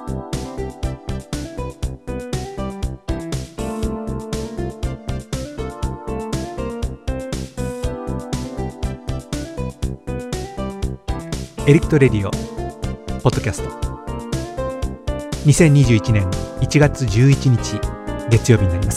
エリクトレディオポッドキャスト2021年1月11日月曜日になります。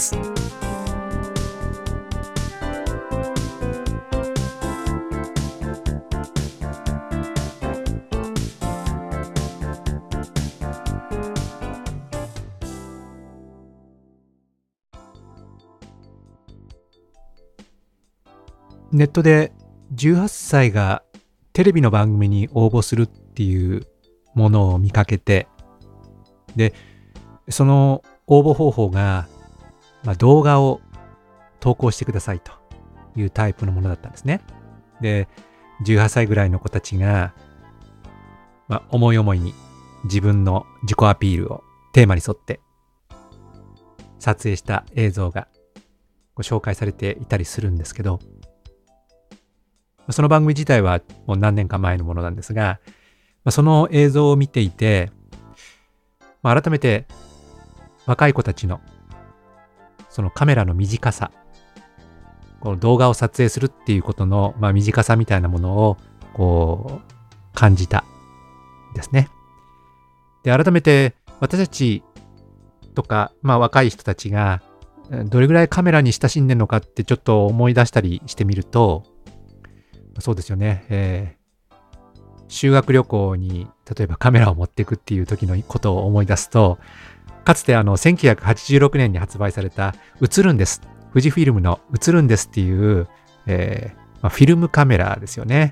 ネットで18歳がテレビの番組に応募するっていうものを見かけて、で、その応募方法が、動画を投稿してくださいというタイプのものだったんですね。で、18歳ぐらいの子たちが、思い思いに自分の自己アピールをテーマに沿って撮影した映像がご紹介されていたりするんですけど、その番組自体はもう何年か前のものなんですが、その映像を見ていて、改めて若い子たちのそのカメラの短さ、この動画を撮影するっていうことの短さみたいなものをこう感じたんですね。で、改めて私たちとか、若い人たちがどれぐらいカメラに親しんでるのかってちょっと思い出したりしてみると、そうですよね、修学旅行に例えばカメラを持っていくっていう時のことを思い出すと、かつて1986年に発売された映るんです、富士フィルムの映るんですっていう、フィルムカメラですよね。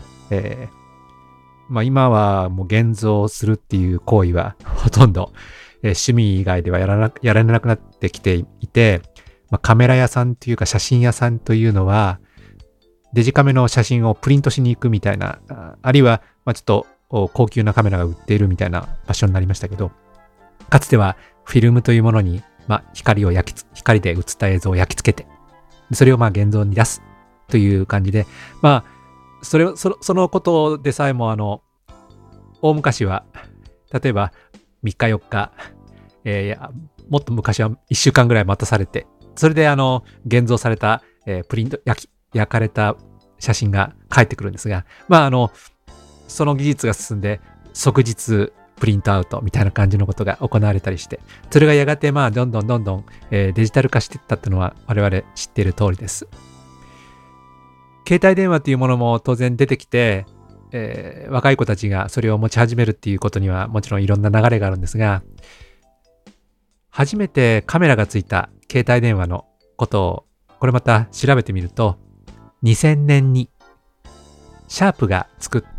今はもう現像するっていう行為はほとんど、趣味以外ではやられなくなってきていて、カメラ屋さんというか写真屋さんというのはデジカメの写真をプリントしに行くみたいな、あるいはちょっと高級なカメラが売っているみたいな場所になりましたけど、かつてはフィルムというものに、光で映った映像を焼き付けて、それを現像に出すという感じで、そのことでさえも大昔は例えば3日4日、もっと昔は1週間ぐらい待たされて、それで現像された、プリント焼かれた写真が返ってくるんですが、その技術が進んで即日プリントアウトみたいな感じのことが行われたりして、それがやがてどんどん、デジタル化していったっていうのは我々知っている通りです。携帯電話というものも当然出てきて、若い子たちがそれを持ち始めるっていうことにはもちろんいろんな流れがあるんですが、初めてカメラがついた携帯電話のことをこれまた調べてみると、2000年にシャープが作った、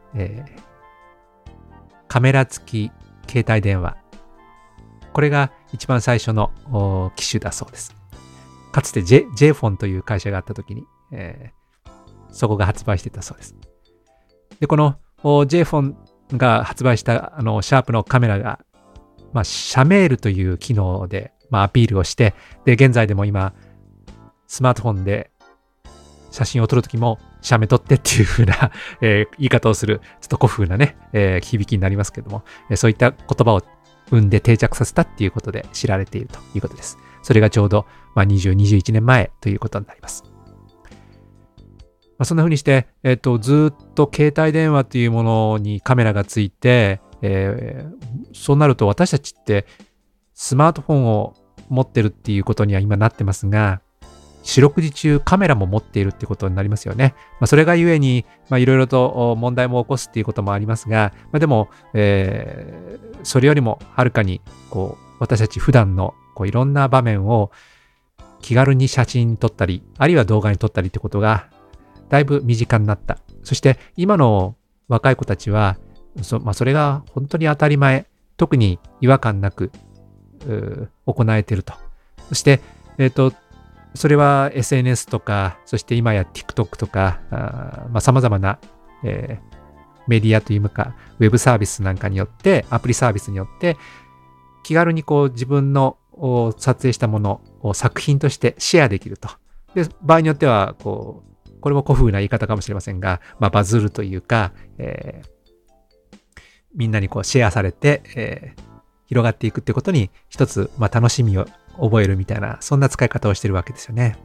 カメラ付き携帯電話、これが一番最初の機種だそうです。かつて J フォンという会社があった時に、そこが発売していたそうです。で、この J フォンが発売したシャープのカメラが、写メールという機能で、アピールをして、で、現在でも今スマートフォンで写真を撮るときも写メ撮ってっていう風な、言い方をするちょっと古風なね、響きになりますけども、そういった言葉を生んで定着させたっていうことで知られているということです。それがちょうど、20、21年前ということになります。そんな風にして、ずっと携帯電話というものにカメラがついて、そうなると私たちってスマートフォンを持ってるっていうことには今なってますが、四六時中カメラも持っているってことになりますよね。それがゆえに、いろいろと問題も起こすっていうこともありますが、でも、それよりもはるかに私たち普段のいろんな場面を気軽に写真に撮ったり、あるいは動画に撮ったりってことがだいぶ身近になった。そして今の若い子たちはそれが本当に当たり前、特に違和感なく行えていると。そして、それは SNS とか、そして今や TikTok とか、様々な、メディアというか、ウェブサービスなんかによって、アプリサービスによって、気軽に自分の撮影したものを作品としてシェアできると。で、場合によっては、これも古風な言い方かもしれませんが、バズるというか、みんなにシェアされて、 広がっていくってことに一つ、楽しみを覚えるみたいな、そんな使い方をしてるわけですよね。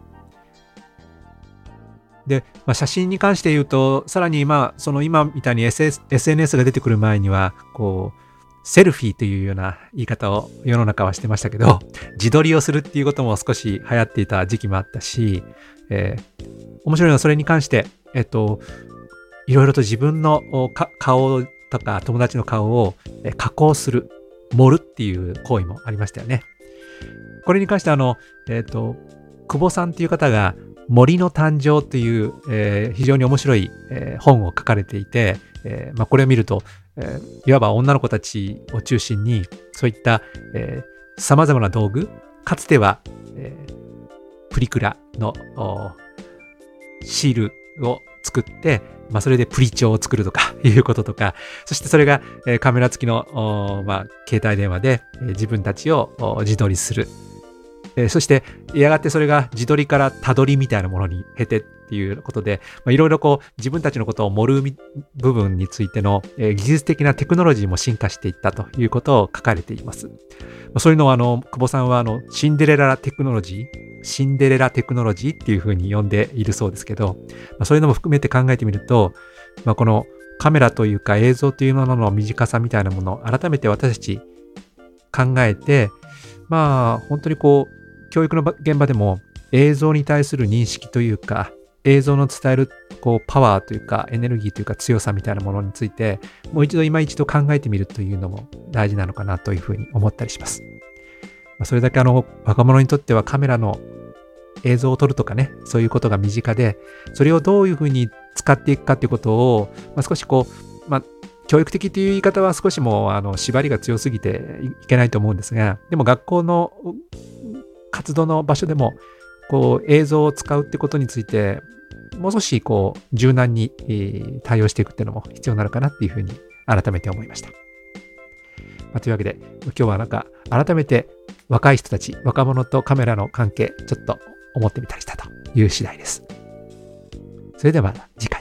で、写真に関して言うと、さらにその今みたいに SNS が出てくる前には、セルフィーというような言い方を世の中はしてましたけど、自撮りをするっていうことも少し流行っていた時期もあったし、面白いのはそれに関して、いろいろと自分の顔とか友達の顔を加工する、盛るっていう行為もありましたよね。これに関して久保さんっていう方が森の誕生という、非常に面白い、本を書かれていて、これを見ると、いわば女の子たちを中心にそういった、様々な道具、かつては、プリクラのシールを作って、それでプリ帳を作るとかいうこととか、そしてそれが、カメラ付きの、携帯電話で、自分たちを自撮りする。そしてやがてそれが自撮りからたどりみたいなものに経てっていうことで、いろいろ自分たちのことを盛る部分についての、技術的なテクノロジーも進化していったということを書かれています。そういうのを久保さんはシンデレラテクノロジーっていうふうに呼んでいるそうですけど、そういうのも含めて考えてみると、このカメラというか映像というものの短さみたいなものを改めて私たち考えて、本当に教育の現場でも映像に対する認識というか、映像の伝えるパワーというかエネルギーというか強さみたいなものについて、もう今一度考えてみるというのも大事なのかなというふうに思ったりします。それだけ若者にとってはカメラの映像を撮るとかね、そういうことが身近で、それをどういうふうに使っていくかということを、少し教育的という言い方は少しも縛りが強すぎていけないと思うんですが、でも学校の活動の場所でも映像を使うってことについてもう少し柔軟に対応していくっていうのも必要なのかなっていうふうに改めて思いました。というわけで今日は改めて若い人たち、若者とカメラの関係ちょっと思ってみたりしたという次第です。それではまた次回。